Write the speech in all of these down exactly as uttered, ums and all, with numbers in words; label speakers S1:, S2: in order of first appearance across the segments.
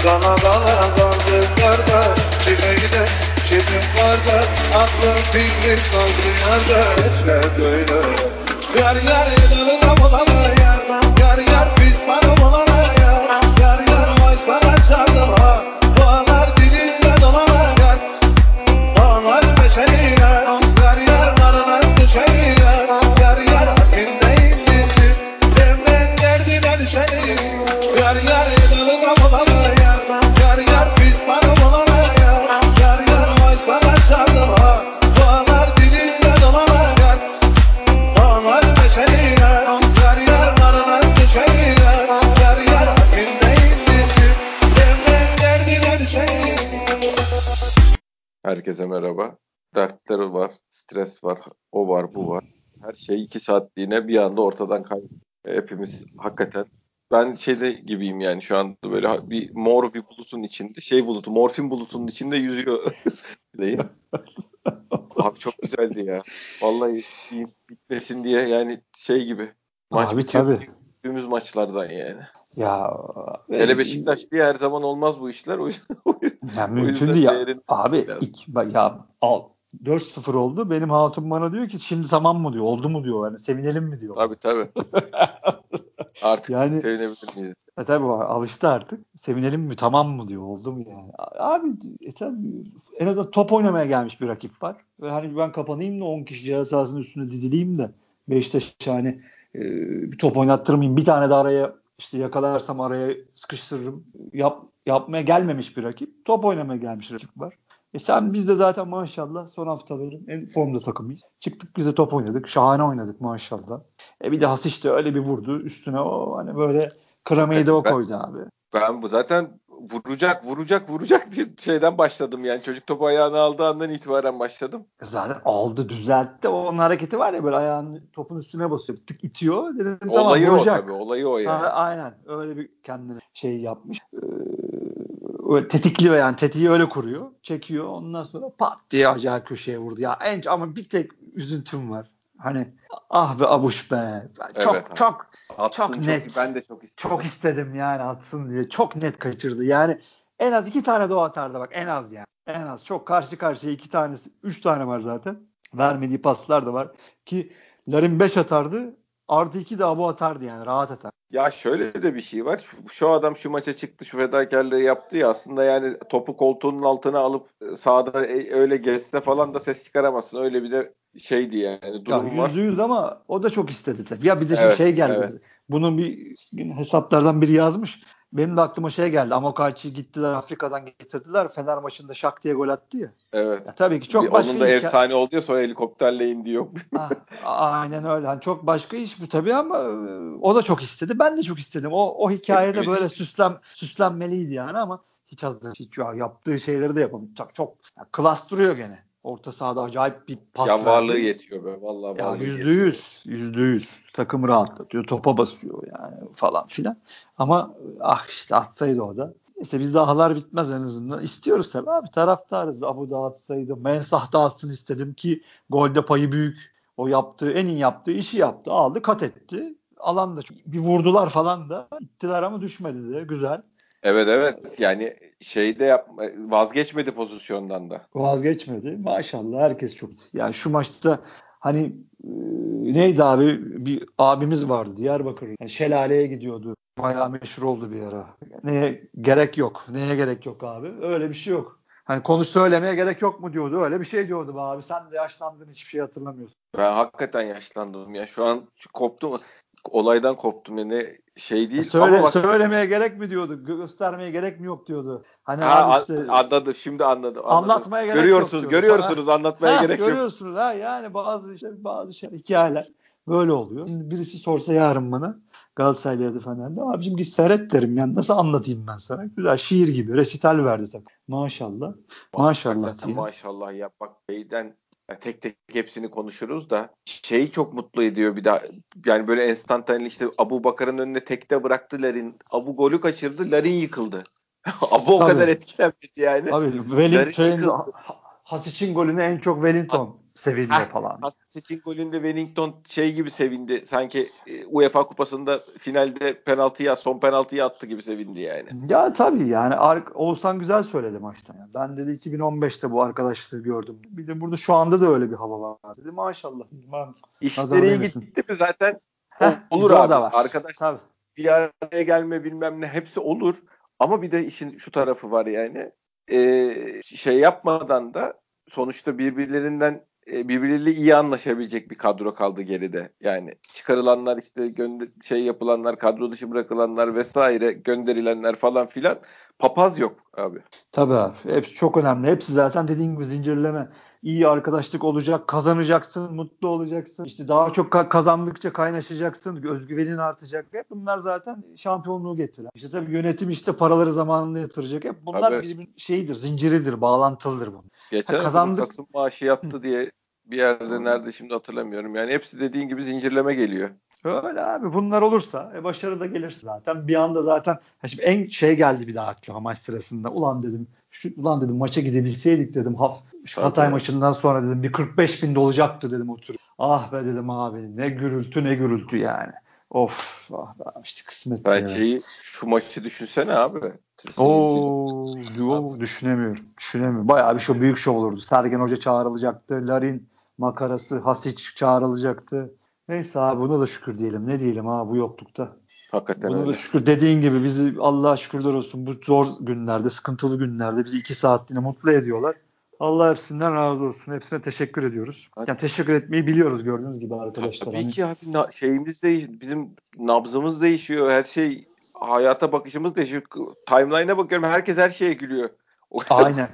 S1: Dana dana daldıklarda Çile gide çitim vardı Aklım fikrim kaldı yerde Eşler böyle Yar yar dalına bulana yar Yar yar pismanı bulana yar Yar yar vay sana çaldım ha Doğalar dilimde dolana yar Dağlar meşeliyle Yar yar narına düşeliyle Yar yar hakimdeyim sildim Cemden derdine düşelim Yar yar dalına bulana yar Yar yar pismanı bulana yar Yar yar vay sana çaldım ha Doğalar dilimde dolana yar Dağlar meşeliyle Yar yar narına düşeliyle Yar yar hakimdeyim sildim Cemden derdine düşelim.
S2: Herkese merhaba. Dertler var, stres var, o var, bu var. Her şey iki saatliğine bir anda ortadan kayboldu. Hepimiz hakikaten. Ben şeyde gibiyim yani şu anda böyle ha- bir mor bir bulutun içinde, şey bulutu, morfin bulutunun içinde yüzüyor. Diyeyim. Abi çok güzeldi ya. Vallahi bir bitmesin diye yani şey gibi. Maç
S3: Abi
S2: bitiyor.
S3: tabii.
S2: Tümümüz maçlardan yani.
S3: Ya
S2: Hele Beşiktaş diye her zaman olmaz bu işler. O yüzden,
S3: ya
S2: o
S3: mümkün
S2: yüzden
S3: değil ya.
S2: değerini
S3: Abi
S2: lazım.
S3: iki, bak ya al, dört sıfır oldu. Benim hatun bana diyor ki şimdi tamam mı diyor. Oldu mu diyor. Yani sevinelim mi diyor.
S2: Tabii tabii. Artık
S3: Yani
S2: sevinebilir miyiz?
S3: e tabii o alıştı artık. Sevinelim mi tamam mı diyor. Oldu mu yani. Abi e tabii, en azından top oynamaya gelmiş bir rakip var. Ve hani ben kapanayım da on kişi ceza sahasının üstüne dizileyim de Beşiktaş hani e, bir top oynattırmayayım. Bir tane de araya işte yakalarsam araya sıkıştırırım. Yap, yapmaya gelmemiş bir rakip. Top oynamaya gelmiş rakip var. E sen biz de zaten maşallah son haftaların en formda takımıyız. Çıktık biz de top oynadık. Şahane oynadık maşallah. E bir de Has işte öyle bir vurdu. Üstüne o hani böyle kremayı da o
S2: Ben,
S3: koydu abi.
S2: ben bu zaten vuracak vuracak vuracak diye şeyden başladım yani çocuk topu ayağına aldığı andan itibaren başladım.
S3: Zaten aldı düzeltti. Onun hareketi var ya böyle ayağını topun üstüne basıyor. Tık itiyor. Dedim tamam
S2: Olayı o tabii
S3: vuracak.
S2: olayı o
S3: Ha,
S2: yani.
S3: aynen öyle bir kendine şey yapmış. Ee, öyle tetikliyor yani tetiği öyle kuruyor. Çekiyor ondan sonra pat diye acayip köşeye vurdu. Ya en ama bir tek üzüntüm var. Hani ah be Abuş be.
S2: Evet
S3: Çok
S2: abi.
S3: çok
S2: Atsın
S3: çok
S2: çok
S3: net.
S2: ben de çok istedim.
S3: Çok istedim yani atsın diye. Çok net kaçırdı. Yani en az iki tane de o atardı bak en az yani. En az çok karşı karşıya iki tanesi. Üç tane var zaten. Vermediği paslar da var. Ki Larin beş atardı. Artı iki de Abu atardı yani. Rahat atar.
S2: Ya şöyle de bir şey var. Şu, şu adam şu maça çıktı şu fedakarlığı yaptı ya aslında yani topu koltuğunun altına alıp sahada e, öyle gezse falan da ses çıkaramazsın. Öyle bir de şeydi yani
S3: Ya
S2: durum
S3: yüzde
S2: var.
S3: yüz ama o da çok istedi tabii. Ya bir de şimdi
S2: Evet
S3: şey geldi.
S2: evet
S3: Bunun bir hesaplardan biri yazmış. Benim de aklıma şey geldi. Amokachi'yi gittiler Afrika'dan getirdiler. Fener maçında şak diye gol attı ya.
S2: evet.
S3: Ya tabii ki
S2: Bir,
S3: çok başka
S2: onun da
S3: hikaye.
S2: efsane oldu ya sonra helikopterle indi yok.
S3: Ah, aynen öyle. Hani çok başka iş bu tabii ama e, o da çok istedi. Ben de çok istedim. O o hikayede böyle
S2: Hepimiz
S3: süslen süslenmeliydi yani ama hiç hazır. Hiç ya, yaptığı şeyleri de yapamıyor. Çok, çok ya, klas duruyor gene. Orta sahada acayip bir pas
S2: ya varlığı
S3: verdi.
S2: yetiyor be. Vallahi
S3: Ya
S2: varlığı
S3: yüzde
S2: yetiyor.
S3: yüz, yüzde yüz takımı rahatlatıyor, topa basıyor yani falan filan. Ama ah işte atsaydı o da. İşte bizde ahlar bitmez en azından. İstiyoruz tabii abi taraftarız. Abu da atsaydı, Mensah da atsın istedim ki golde payı büyük. O yaptığı, en iyi yaptığı işi yaptı. Aldı, kat etti. Alanda çok, bir vurdular falan da. İttiler ama düşmedi de. Güzel.
S2: Evet evet yani şeyde yapma, vazgeçmedi pozisyondan da.
S3: Vazgeçmedi. Maşallah herkes çok. Yani şu maçta hani e, neydi abi bir abimiz vardı Diyarbakır. Yani şelaleye gidiyordu. Bayağı meşhur oldu bir ara. Neye gerek yok. Neye gerek yok abi? Öyle bir şey yok. Hani konu söylemeye gerek yok mu diyordu. Öyle bir şey diyordu be abi. Sen de yaşlandın hiçbir şey hatırlamıyorsun.
S2: Ben hakikaten yaşlandım ya. Şu an şu koptum. Olaydan koptum yani şey
S3: E
S2: değil ama
S3: söyle
S2: bak
S3: söylemeye gerek mi diyordu? Gö- Göstermeye gerek mi yok diyordu. Hani
S2: ha
S3: abi
S2: a-
S3: işte
S2: anladım şimdi anladım anladım.
S3: anlatmaya gerek yok
S2: Görüyorsunuz
S3: diyordu falan.
S2: görüyorsunuz anlatmaya
S3: Ha
S2: gerek yok.
S3: görüyorsunuz ha yani bazı işte bazı şey hikayeler böyle oluyor. Şimdi birisi sorsa yarın bana Galatasaraylı ya da Fenerli abicim git seyret derim yani nasıl anlatayım ben sana? Güzel şiir gibi resital verdi tak. Maşallah. Maşallah
S2: Hakikaten
S3: diye.
S2: maşallah ya bak şeyden ya tek tek hepsini konuşuruz da şeyi çok mutlu ediyor bir daha yani böyle enstantaneli işte Abu Bakar'ın önüne tekte bıraktı Larin. Abu golü kaçırdı Larin yıkıldı. Abu o
S3: Tabii.
S2: kadar etkilenmedi yani.
S3: Tabii Velin
S2: Larin
S3: şeyin
S2: yıkıldı.
S3: Hasic'in golünü en çok Wellington seviniyor
S2: Heh,
S3: falan.
S2: Hasic'in golünde Wellington şey gibi sevindi. Sanki e, UEFA Kupası'nda finalde penaltıyı son penaltıyı attı gibi sevindi yani.
S3: Ya tabii yani Oğuzhan güzel söyledi maçta. Yani ben dedi iki bin on beşte bu arkadaşlığı gördüm. Bir de burada şu anda da öyle bir hava var dedi. Maşallah. Nazar
S2: İşleri iyi
S3: değmesin.
S2: gitti mi zaten
S3: Heh,
S2: olur
S3: bizde o
S2: abi.
S3: da var.
S2: Arkadaş
S3: Tabii.
S2: bir araya gelme bilmem ne hepsi olur. Ama bir de işin şu tarafı var yani. Ee, şey yapmadan da sonuçta birbirlerinden e, birbirleriyle iyi anlaşabilecek bir kadro kaldı geride. Yani çıkarılanlar işte gönder şey yapılanlar, kadro dışı bırakılanlar vesaire gönderilenler falan filan papaz yok abi.
S3: Tabii abi. Hepsi çok önemli. Hepsi zaten dediğin gibi zincirleme. İyi arkadaşlık olacak, kazanacaksın, mutlu olacaksın. İşte daha çok ka- kazandıkça kaynaşacaksın, özgüvenin artacak. Hep bunlar zaten şampiyonluğu getiren. İşte tabii yönetim işte paraları zamanında yatıracak. Hep bunlar
S2: Abi
S3: birbirinin şeyidir, zinciridir, bağlantılıdır bunlar. Ha,
S2: geçen hafta bu
S3: kazandık.
S2: Kasım maaşı yattı diye bir yerde nerede şimdi hatırlamıyorum. Yani hepsi dediğin gibi zincirleme geliyor.
S3: Öyle abi. Bunlar olursa e, başarı da gelirse zaten. Bir anda zaten ha şimdi en şey geldi bir daha aklıma maç sırasında. Ulan dedim şu, ulan dedim maça gidebilseydik dedim. Ha, şu Hatay
S2: Tabii.
S3: maçından sonra dedim bir kırk beş bin de olacaktı dedim oturup. Ah be dedim abi ne gürültü ne gürültü yani. Of ah be, işte kısmet
S2: Ben
S3: ya.
S2: şeyi şu maçı düşünsene abi. Seyirci.
S3: Oo, yo, düşünemiyorum. Düşünemiyorum. Bayağı bir şov, büyük şov olurdu. Sergen Hoca çağrılacaktı. Larin makarası, Hasic çağrılacaktı. Neyse abi buna da şükür diyelim. Ne diyelim ha bu yoklukta.
S2: Hakikaten
S3: Buna da
S2: öyle.
S3: şükür dediğin gibi bizi Allah'a şükürler olsun bu zor günlerde, sıkıntılı günlerde bizi iki saatliğine mutlu ediyorlar. Allah hepsinden razı olsun. Hepsine teşekkür ediyoruz. Yani teşekkür etmeyi biliyoruz gördüğünüz gibi arkadaşlar.
S2: Tabii
S3: Hani
S2: ki abi na- şeyimiz değişiyor. Bizim nabzımız değişiyor. Her şey hayata bakışımız değişiyor. Timeline'a bakıyorum. Herkes her şeye gülüyor. O kadar.
S3: aynen.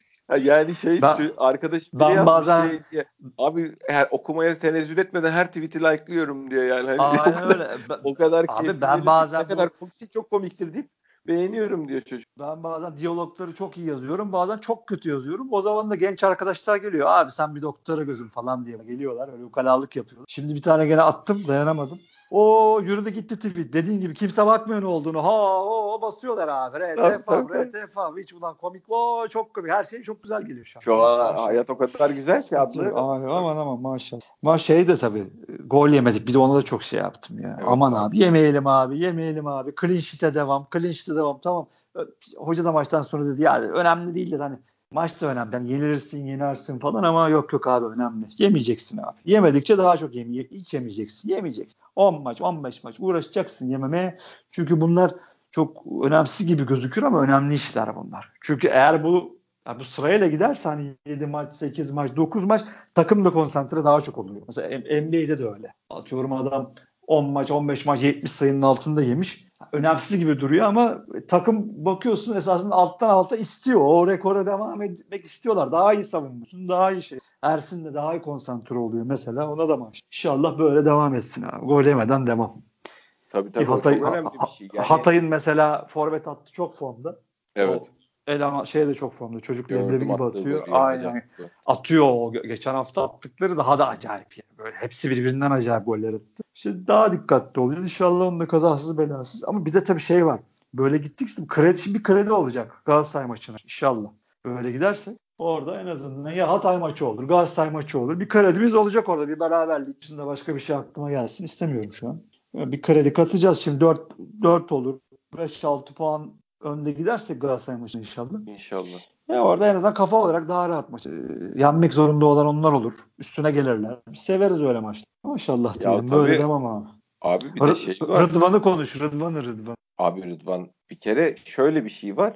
S2: Yani şey
S3: Ben
S2: arkadaş biri
S3: ben
S2: yazmış
S3: bazen
S2: şey diye. Abi her okumaya tenezzül etmeden her tweet'i like'lıyorum diye yani. Hani o
S3: aynen
S2: kadar
S3: öyle. Ben-
S2: o kadar
S3: abi
S2: keyifli
S3: ben
S2: yerinde ne
S3: bazen
S2: kadar
S3: bu
S2: komiksin çok komiktir deyip beğeniyorum diyor çocuk.
S3: Ben bazen diyalogları çok iyi yazıyorum. Bazen çok kötü yazıyorum. O zaman da genç arkadaşlar geliyor. Abi sen bir doktora gözüm falan diye geliyorlar. Öyle ukalalık yapıyorlar. Şimdi bir tane gene attım. Dayanamadım. O yürüdü gitti tweet. Dediğin gibi kimse bakmıyor ne olduğunu. Ha o, o basıyorlar abi. R T
S2: Tabii
S3: F A,
S2: tabii tabii.
S3: R T F A. Hiç ulan komik. O çok komik. Her şey çok güzel geliyor şu an.
S2: Şu an
S3: Maşallah.
S2: hayat o kadar güzel ki
S3: Sıkıntı yok.
S2: adlı.
S3: Ay, aman aman maşallah. Ama şey de tabii gol yemedik. Bir de ona da çok şey yaptım ya.
S2: Evet
S3: Aman
S2: abi.
S3: abi yemeyelim abi. Yemeyelim abi. Clean sheet'e devam. Clean sheet'e devam. Tamam. Hoca da maçtan sonra dedi ya önemli değildir hani maç da önemli. Yani yenilirsin yenersin falan ama yok yok abi önemli. Yemeyeceksin abi. Yemedikçe daha çok yeme hiç yemeyeceksin. Yemeyeceksin. on maç on beş maç uğraşacaksın yememeye. Çünkü bunlar çok önemsiz gibi gözükür ama önemli işler bunlar. Çünkü eğer bu yani bu sırayla giderse hani yedi maç, sekiz maç, dokuz maç takım da konsantre daha çok oluyor. Mesela N B A'de de öyle. Atıyorum adam on maç, on beş maç yetmiş sayının altında yemiş. Önemsiz gibi duruyor ama takım bakıyorsun esasında alttan alta istiyor. O rekora devam etmek istiyorlar. Daha iyi savunmuyorsun. Daha iyi şey. Ersin de daha iyi konsantre oluyor mesela. Ona da maç. İnşallah böyle devam etsin abi. Gol yemeden devam.
S2: Tabii
S3: Ki
S2: tabii o
S3: Hatay,
S2: çok önemli bir şey. Yani
S3: Hatay'ın mesela forvet hattı çok formda.
S2: evet
S3: O eleman şey de çok formda. Çocuk leblebi
S2: gördüm
S3: gibi
S2: attığı
S3: atıyor.
S2: golü ya acayip.
S3: Aynen. Atıyor o. Geçen hafta attıkları daha da acayip yani. Böyle hepsi birbirinden acayip goller attı. İşte daha dikkatli olacağız. İnşallah onun da kazasız belasız. Ama bir de tabii şey var. Böyle gittik işte kredi, şimdi bir kredi olacak Galatasaray maçına. İnşallah. Böyle gidersek orada en azından ya Hatay maçı olur, Galatasaray maçı olur. Bir kredimiz olacak orada. Bir beraberlik. Dışında başka bir şey aklıma gelsin istemiyorum şu an. Bir kredi katacağız şimdi dört dört olur. beş altı puan önde gidersek Galatasaray maçına inşallah.
S2: İnşallah.
S3: E orada en azından kafa olarak daha rahat maç. E, yenmek zorunda olan onlar olur. Üstüne gelirler. Biz severiz öyle maçları. Maşallah
S2: Ya
S3: diyelim. Böyle
S2: tabii
S3: devam abi.
S2: abi bir de şey
S3: R-
S2: var.
S3: Rıdvan'ı konuş. Rıdvan'ı Rıdvan.
S2: Abi Rıdvan bir kere şöyle bir şey var.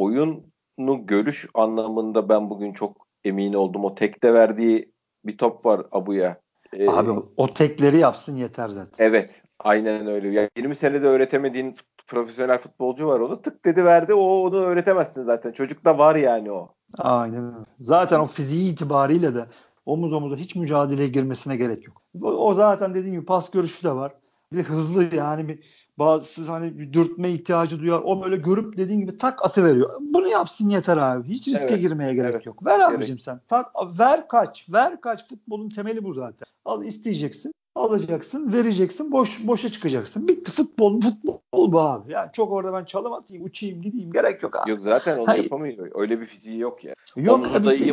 S2: Oyunu görüş anlamında ben bugün çok emin oldum. O tekte verdiği bir top var Abu'ya. Ee,
S3: Abi o, o tekleri yapsın yeter zaten.
S2: evet aynen öyle. Yani yirmi senede öğretemediğin profesyonel futbolcu var onu. Tık dedi verdi. O onu öğretemezsin zaten. Çocukta var yani o.
S3: Aynen öyle. Zaten o fiziği itibariyle de omuz omuza hiç mücadeleye girmesine gerek yok. O, o zaten dediğim gibi pas görüşü de var. Bir de hızlı yani bir bazı hani bir dürtme ihtiyacı duyar. O böyle görüp dediğin gibi tak atı veriyor. Bunu yapsın yeter abi. Hiç riske
S2: Evet.
S3: girmeye gerek
S2: Evet.
S3: yok. Ver
S2: Gerek.
S3: abicim sen. Tak ver kaç. Ver kaç. Futbolun temeli bu zaten. Al isteyeceksin. Alacaksın, vereceksin, boş boşa çıkacaksın. Bitti futbol, futbol bu abi. Yani çok orada ben çalım atayım, uçayım, gideyim gerek yok abi.
S2: Yok zaten onu
S3: Hayır,
S2: yapamıyor. Öyle bir fiziği yok ya.
S3: yok abi
S2: Omuzda
S3: işte
S2: iyi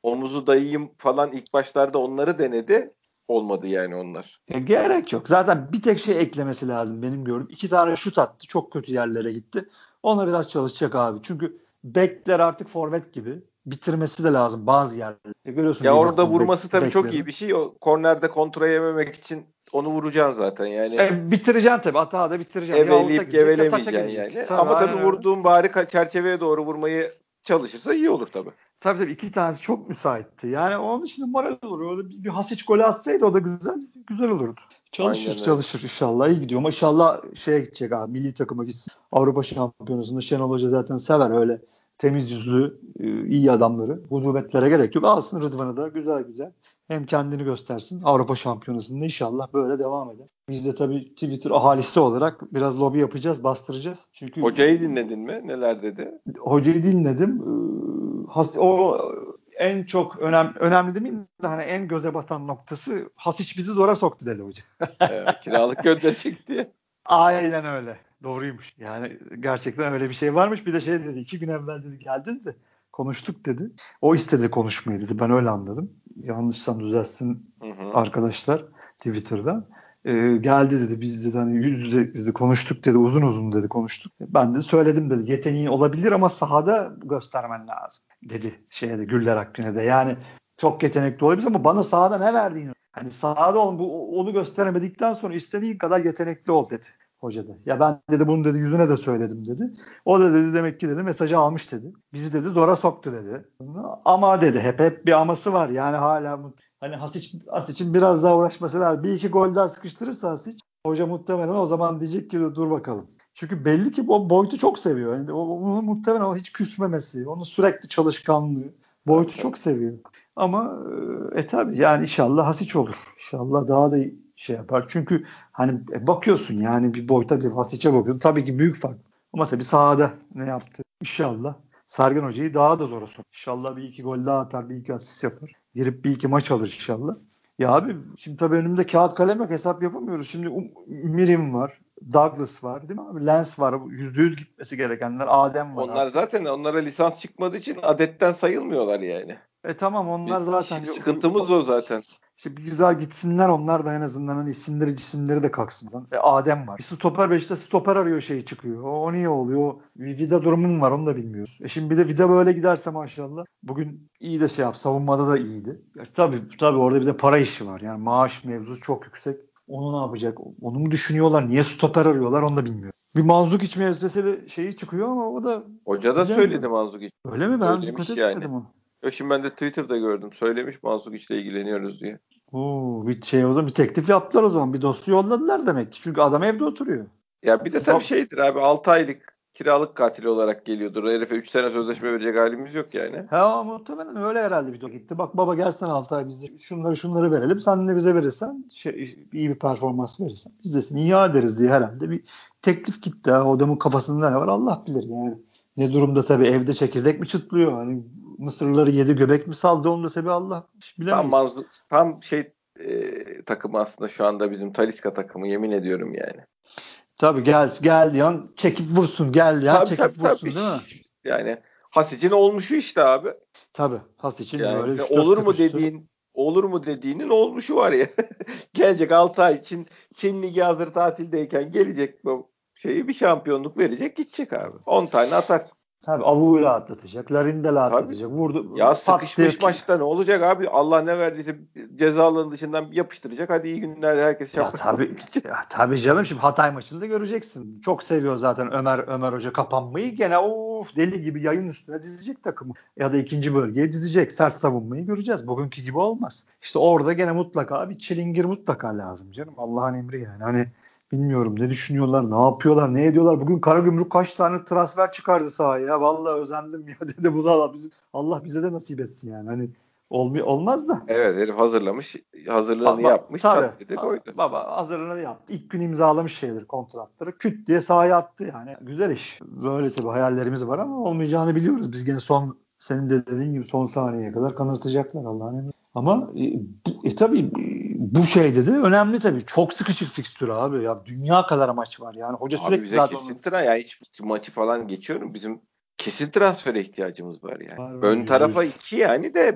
S2: omuzu dayayım falan ilk başlarda onları denedi. Olmadı yani onlar.
S3: Ya gerek yok. Zaten bir tek şey eklemesi lazım benim gördüğüm. İki tane şut attı. Çok kötü yerlere gitti. Ona biraz çalışacak abi. Çünkü bekler artık forvet gibi. Bitirmesi de lazım bazı yerlerde. E görüyorsun
S2: Ya orada
S3: Liverpool bek,
S2: vurması tabii çok
S3: bekleri.
S2: iyi bir şey. O kornerde kontra yememek için onu vuracaksın zaten yani.
S3: E, bitireceksin tabii. Hata da bitireceksin. Ya avuta
S2: Eveleyip
S3: gidecek ya taça
S2: gevelemeyeceksin
S3: gidecek.
S2: yani.
S3: Tabii
S2: Ama tabii
S3: aynen öyle.
S2: vurduğun bari ka- çerçeveye doğru vurmayı çalışırsa iyi olur tabii.
S3: Tabii tabii iki tanesi çok müsaitti. Yani onun için de moral olur. Öyle bir, bir Hasic golü atsaydı o da güzel güzel olurdu. Çalışır
S2: Aynen öyle.
S3: çalışır inşallah iyi gidiyor ama inşallah şeye gidecek abi milli takıma gitsin. Avrupa Şampiyonası'nda Şenol Hoca zaten sever öyle temiz yüzlü e, iyi adamları. Gudubetlere gerek yok. Alsın Rıdvan'ı da güzel güzel. Hem kendini göstersin Avrupa Şampiyonası'nda inşallah böyle devam eder. Biz de tabii Twitter ahalisi olarak biraz lobi yapacağız, bastıracağız. Çünkü
S2: Hocayı dinledin mi? Neler dedi?
S3: hocayı dinledim. Ee, has, o en çok önem, önemli değil mi? Hani en göze batan noktası Hasic bizi zora soktu dedi hoca.
S2: Ee, kiralık gönderecek diye.
S3: Aynen öyle. Doğruymuş. Yani gerçekten öyle bir şey varmış. Bir de şey dedi. iki gün evvel dedi geldin de konuştuk dedi. O istedi konuşmayı dedi. Ben öyle anladım. Yanlışsam düzelsin
S2: Hı hı.
S3: arkadaşlar Twitter'dan. Ee, geldi dedi. Biz dedi hani yüz yüze dedi, konuştuk dedi. Uzun uzun dedi konuştuk. Ben de söyledim dedi. Yeteneğin olabilir ama sahada göstermen lazım dedi. Şeye de Güller Akgün'e de. Yani çok yetenekli olabilir ama bana sahada ne verdiğini hani sahada ol, bu, onu gösteremedikten sonra istediğin kadar yetenekli ol dedi hoca da. Ya ben dedi bunu dedi yüzüne de söyledim dedi. O da dedi demek ki dedi mesajı almış dedi. Bizi dedi zora soktu dedi. Ama dedi hep hep bir aması var. Yani hala hani Hasic, Hasic'in biraz daha uğraşması lazım. Bir iki gol daha sıkıştırırsa Hasic hoca muhtemelen o zaman diyecek ki dur bakalım. Çünkü belli ki o Boyd'u çok seviyor. Yani onun muhtemelen o hiç küsmemesi, onun sürekli çalışkanlığı. Boyd'u çok seviyor. Ama e tabii yani inşallah Hasic olur. İnşallah daha da şey yapar. Çünkü hani e, bakıyorsun yani bir Boyd'a bir Hasic'e bakıyorsun. Tabii ki büyük fark. Ama tabii sahada ne yaptı? İnşallah Sergen Hoca'yı daha da zora sokar. İnşallah bir iki gol daha atar, bir iki asist yapar. Girip bir iki maç alır inşallah. Ya abi şimdi tabii önümde kağıt kalem yok hesap yapamıyoruz. Şimdi um, Mirim var. Douglas var değil mi abi? Lens var. Yüzde yüz gitmesi gerekenler. Adem var
S2: Onlar
S3: artık.
S2: zaten onlara lisans çıkmadığı için adetten sayılmıyorlar yani.
S3: E tamam onlar
S2: Biz,
S3: zaten
S2: sıkıntımız o zaten.
S3: işte bir güzel gitsinler onlar da en azından hani isimleri cisimleri de kalksın. E Adem var. Bir stoper Beşiktaş stoper arıyor şey çıkıyor. O, o niye oluyor? Bir Vida durumum var onu da bilmiyoruz. E şimdi bir de Vida böyle giderse maşallah. Bugün iyi de şey yap savunmada da iyiydi. Ya tabii tabii orada bir de para işi var. Yani maaş mevzusu çok yüksek. Onu ne yapacak? Onu mu düşünüyorlar? Niye stoper arıyorlar onu da bilmiyorum. Bir Manzuk içmeye mesele şeyi çıkıyor ama o da
S2: Hoca da söyledi
S3: bilemiyorum.
S2: Manzuk için.
S3: Öyle mi? Ben dikkat
S2: Söylemiş yani.
S3: etmedim onu.
S2: Ya şimdi ben de Twitter'da gördüm. Söylemiş Manzuk işle ilgileniyoruz diye.
S3: Oo, bir şey o zaman bir teklif yaptılar o zaman. Bir dosya yolladılar demek ki. Çünkü adam evde oturuyor.
S2: Ya bir de tabii
S3: Tamam.
S2: şeydir abi altı aylık kiralık katili olarak geliyordur. Herife üç sene sözleşme verecek halimiz yok yani.
S3: Ha muhtemelen öyle herhalde bir de gitti. Bak baba gelsen altı ay biz de şunları şunları verelim. Sen de bize verirsen şey, iyi bir performans verirsen biz de seni iyi ederiz diye herhalde bir teklif gitti. Ha. O adamın kafasında ne var Allah bilir yani. Ne durumda tabii evde çekirdek mi çıtlıyor? Hani Mısırlıları yedi göbek mi saldı onu da tabii Allah
S2: Tam
S3: bilemeyiz.
S2: Manzuk, tam şey e, takımı aslında şu anda bizim Talisca takımı yemin ediyorum yani.
S3: Tabii gel gel diyorsun çekip vursun gel diyorsun
S2: Tabii tabii
S3: çekip
S2: tabii.
S3: vursun değil mi?
S2: Yani Hasic'in olmuşu işte abi.
S3: Tabii Has için
S2: Yani
S3: böyle
S2: sen
S3: üç dört
S2: olur mu
S3: tıkıştı.
S2: dediğin olur mu dediğinin olmuşu var ya. Gelecek altı ay için Çin Ligi hazır tatildeyken gelecek bu şeyi bir şampiyonluk verecek gidecek abi. on tane atar.
S3: Tabii Avu'yla atlatacak. Larin'de
S2: Tabii.
S3: atlatacak. Vurdu
S2: Ya
S3: pat diye
S2: sıkışmış
S3: ki.
S2: maçta ne olacak abi? Allah ne verdiyse ceza alanı dışından yapıştıracak. Hadi iyi günler herkes
S3: Ya
S2: şampiyonluk
S3: tabii
S2: gidecek.
S3: ya tabii canım şimdi Hatay maçında göreceksin. Çok seviyor zaten Ömer Ömer Hoca kapanmayı. Gene of deli gibi yayın üstüne dizecek takımı. Ya da ikinci bölgeye dizecek. Sert savunmayı göreceğiz. Bugünkü gibi olmaz. İşte orada gene mutlaka bir çilingir mutlaka lazım canım. Allah'ın emri yani. Hani bilmiyorum ne düşünüyorlar, ne yapıyorlar, ne ediyorlar. Bugün Karagümrük kaç tane transfer çıkardı sahaya. Vallahi özendim ya dedi. Bu da Allah, bizi, Allah bize de nasip etsin yani. Hani olmay olmaz da.
S2: Evet herif hazırlamış. Hazırlığını
S3: Baba,
S2: yapmış.
S3: tabii.
S2: Çat dedi
S3: Ha,
S2: koydu.
S3: baba hazırlığını yaptı. İlk gün imzalamış şeyleri, kontratları. Küt diye sahaya attı yani. Güzel iş. Böyle tabii hayallerimiz var ama olmayacağını biliyoruz. Biz gene son senin de dediğin gibi son saniyeye kadar kanırtacaklar Allah'ın emri. Ama e, bu, e, tabii e, bu şeyde de önemli tabii. Çok sıkışık fikstür abi. Ya dünya kadar maç var. Yani hoca
S2: Abi
S3: sürekli
S2: bize
S3: zaten onu
S2: kesin tra yani hiç maçı falan geçiyorum. Bizim kesin transfere ihtiyacımız var yani.
S3: var var
S2: Ön
S3: yüzde
S2: tarafa
S3: yüz.
S2: iki yani de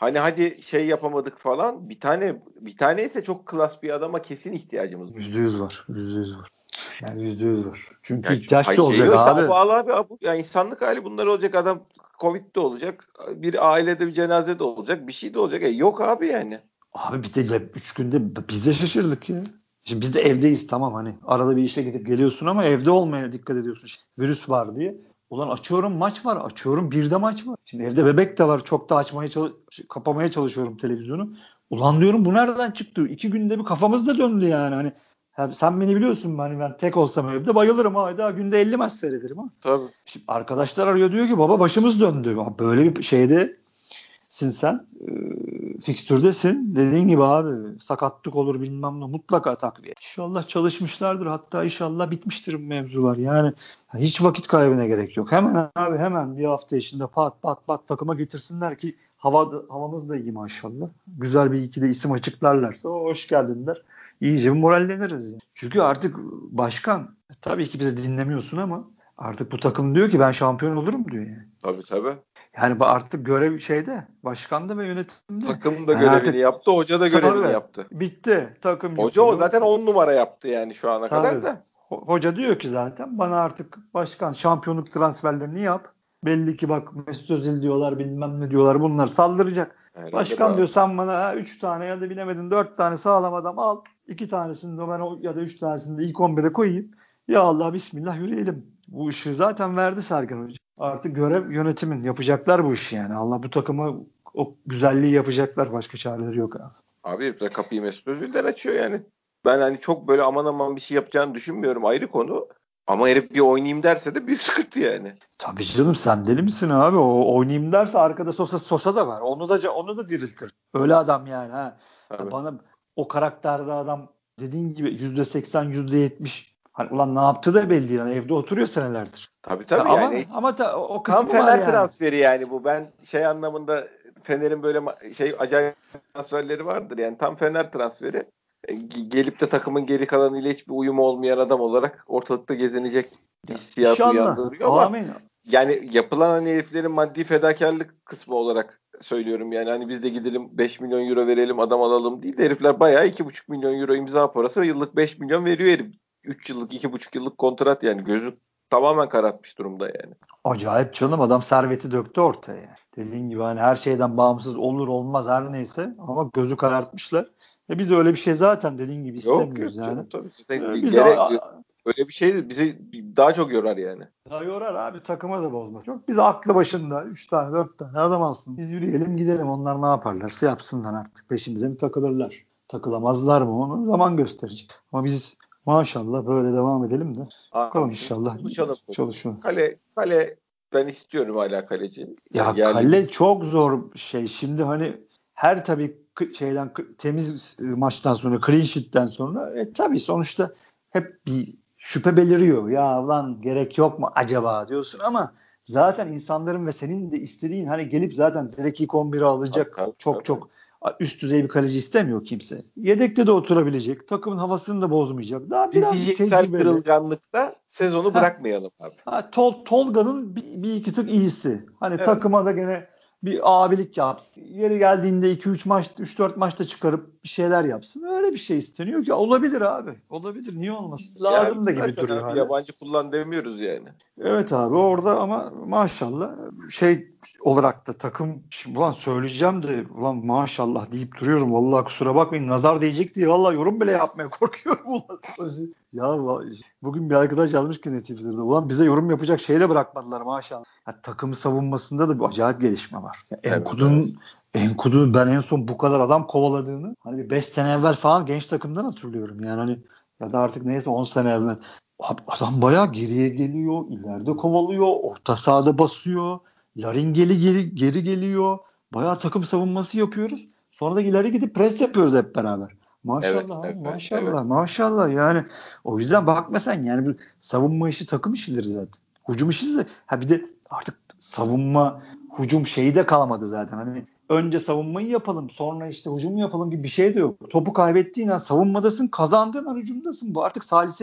S2: Hani hadi şey yapamadık falan. Bir tane bir tane ise çok klas bir adama kesin ihtiyacımız var.
S3: Yüzde yüz var. Yüzde yüz var. Yani yüzde yüz var. Çünkü
S2: Ya
S3: ihtiyaç
S2: hay
S3: da
S2: şey
S3: olacak
S2: yoksa
S3: abi.
S2: abu al abi abu. Ya insanlık hali bunlar olacak. Adam Covid de olacak. Bir ailede bir cenaze de olacak. Bir şey de olacak. E yok abi yani.
S3: Abi biz de üç günde biz de şaşırdık ya. Şimdi biz de evdeyiz, tamam, hani arada bir işe gidip geliyorsun ama evde olmaya dikkat ediyorsun. Şimdi virüs var diye. Ulan açıyorum maç var. Açıyorum bir de maç var. Şimdi evde bebek de var. Çok da açmaya çalış kapamaya çalışıyorum televizyonu. Ulan diyorum bu nereden çıktı? İki günde bir kafamız da döndü yani. Hani ha, sen beni biliyorsun, hani ben tek olsam evde bayılırım ha. Daha günde elli maç seyrederim ha.
S2: Tabii.
S3: Şimdi arkadaşlar arıyor, diyor ki baba başımız döndü. Böyle bir şeyde sin sen. E, fikstürdesin. Dediğin gibi abi sakatlık olur bilmem ne, mutlaka takviye. İnşallah çalışmışlardır. Hatta inşallah bitmiştir mevzular. Yani hiç vakit kaybına gerek yok. Hemen abi hemen bir hafta içinde pat pat pat takıma getirsinler ki hava, havamız da iyi maşallah. Güzel bir iki de isim açıklarlarsa o hoş geldinler. İyice bir moralleniriz. Yani. Çünkü artık başkan tabii ki bizi dinlemiyorsun ama artık bu takım diyor ki ben şampiyon olurum diyor yani.
S2: Tabii tabii.
S3: Yani bu artık görev şeyde, başkanda ve yönetimde.
S2: Takım da
S3: Yani
S2: görevini
S3: artık
S2: yaptı. Hoca da görevini
S3: tabii
S2: yaptı.
S3: bitti. Takım
S2: Hoca o
S3: yapıyor.
S2: zaten on numara yaptı yani şu ana kadar
S3: Tabii.
S2: da.
S3: Ho- Hoca diyor ki zaten bana artık başkan şampiyonluk transferlerini yap. Belli ki bak Mesut Özil diyorlar, bilmem ne diyorlar, bunlar saldıracak.
S2: Öyledir
S3: Başkan
S2: abi.
S3: diyor sen bana üç tane ya da bilemedin dört tane sağlam adam al. iki tanesini de ben o, ya da üç tanesini de ilk on bire koyayım. Ya Allah bismillah yürüyelim. Bu işi zaten verdi Sergen Hoca. Artık görev yönetimin, yapacaklar bu işi yani. Allah bu takımı o güzelliği yapacaklar. Başka çareleri yok abi.
S2: Abi de kapıyı Mesut Özil'den açıyor yani. Ben hani çok böyle aman aman bir şey yapacağını düşünmüyorum, ayrı konu. Ama herif bir oynayayım derse de büyük sıkıntı yani.
S3: Tabii canım, sen deli misin abi? O oynayayım derse arkada Sosa Sosa da var. Onu da onu da diriltir. Öyle adam yani ha. Ya
S2: Abi.
S3: bana o karakterde adam dediğin gibi yüzde seksen yüzde yetmiş. Hani ulan ne yaptı da belli yani. Evde oturuyor senelerdir.
S2: Tabii
S3: Ya
S2: tabii yani
S3: ama
S2: hiç.
S3: ama ta, o
S2: Tam
S3: kısmı var
S2: Fener
S3: yani.
S2: transferi yani bu. Ben şey anlamında Fener'in böyle ma- şey acayip transferleri vardır yani. Tam Fener transferi. E, ge- gelip de takımın geri kalanıyla hiçbir uyumu olmayan adam olarak ortalıkta gezinecek
S3: Ya
S2: hissiyatı
S3: inşallah.
S2: uyandırıyor ama
S3: Amin.
S2: yani yapılan hani heriflerin maddi fedakarlık kısmı olarak söylüyorum yani. Hani biz de gidelim beş milyon euro verelim adam alalım değil de herifler bayağı iki buçuk milyon euro imza parası ve yıllık beş milyon veriyor herif. üç yıllık iki buçuk yıllık kontrat yani, gözü tamamen karartmış durumda yani.
S3: Acayip canım, adam serveti döktü ortaya. Dediğin gibi hani her şeyden bağımsız olur olmaz her neyse ama gözü karartmışlar. E biz öyle bir şey zaten dediğin gibi
S2: Yok
S3: istemiyoruz
S2: yok
S3: yani.
S2: canım, tabii. Zaten
S3: E biz a-
S2: gerek
S3: a-
S2: öyle bir şey bizi daha çok yorar yani.
S3: ya yorar abi, takıma da bozmaz. Yok biz aklı başında üç tane dört tane adam alsın. Biz yürüyelim gidelim, onlar ne yaparlarsa yapsınlar, artık peşimize mi takılırlar? Takılamazlar mı, onu zaman gösterecek. Ama biz maşallah böyle devam edelim de bakalım
S2: Abi şimdi
S3: inşallah
S2: konuşalım.
S3: çalışıyor.
S2: Kale kale ben istiyorum hala kaleci. Yani
S3: Ya
S2: yerli bir.
S3: kale çok zor bir şey. Şimdi hani her tabii k- şeyden k- temiz e, maçtan sonra, clean sheet'ten sonra e, tabii sonuçta hep bir şüphe beliriyor. Ya lan gerek yok mu acaba diyorsun ama zaten insanların ve senin de istediğin, hani gelip zaten direkt ilk on biri
S2: Tabii
S3: alacak
S2: tabii
S3: çok
S2: tabii.
S3: çok üst düzey bir kaleci istemiyor kimse. Yedekte de oturabilecek, takımın havasını da bozmayacak. Daha birazcık
S2: Fiziksel
S3: tecrübeli.
S2: kırılganlıkta sezonu
S3: Heh,
S2: bırakmayalım abi.
S3: Ha, Tol, Tolga'nın bir, bir iki tık iyisi. Hani
S2: Evet.
S3: takıma da gene bir abilik yapsın. Yeri geldiğinde iki üç maç, üç dört maçta çıkarıp bir şeyler yapsın. Öyle bir şey isteniyor ki olabilir abi. Olabilir. Niye olmasın?
S2: Yani
S3: Lazım da gibi
S2: zaten
S3: duruyor
S2: abi
S3: hala.
S2: yabancı kullan demiyoruz yani.
S3: Evet abi orada ama maşallah şey olarak da takım, şimdi ulan söyleyeceğim de ulan maşallah deyip duruyorum, vallahi kusura bakmayın nazar değecek diye vallahi yorum bile yapmaya korkuyorum ulan. Ya va- bugün bir arkadaş yazmış ki Twitter'da, ulan bize yorum yapacak şey de bırakmadılar maşallah. Ya, takımı savunmasında da bir acayip gelişme var. Ya,
S2: Evet evet.
S3: Enkudu'nun Enkudu'nun ben en son bu kadar adam kovaladığını hani bir beş sene evvel falan genç takımdan hatırlıyorum yani, hani ya da artık neyse on sene evvel. Abi adam bayağı geriye geliyor, ileride kovalıyor, orta sahada basıyor. Laringeli geri, geri geliyor. Bayağı takım savunması yapıyoruz. Sonra da ileri gidip pres yapıyoruz hep beraber.
S2: Evet
S3: Maşallah abi,
S2: evet evet.
S3: maşallah, maşallah yani. O yüzden bakma sen yani, bir savunma işi takım işidir zaten. Hücum işi de, ha bir de artık savunma hücum şeyi de kalmadı zaten. Hani önce savunmayı yapalım sonra işte hücumu yapalım gibi bir şey de yok. Topu kaybettiğin an savunmadasın, kazandığın an hücumdasın. Bu artık saliselik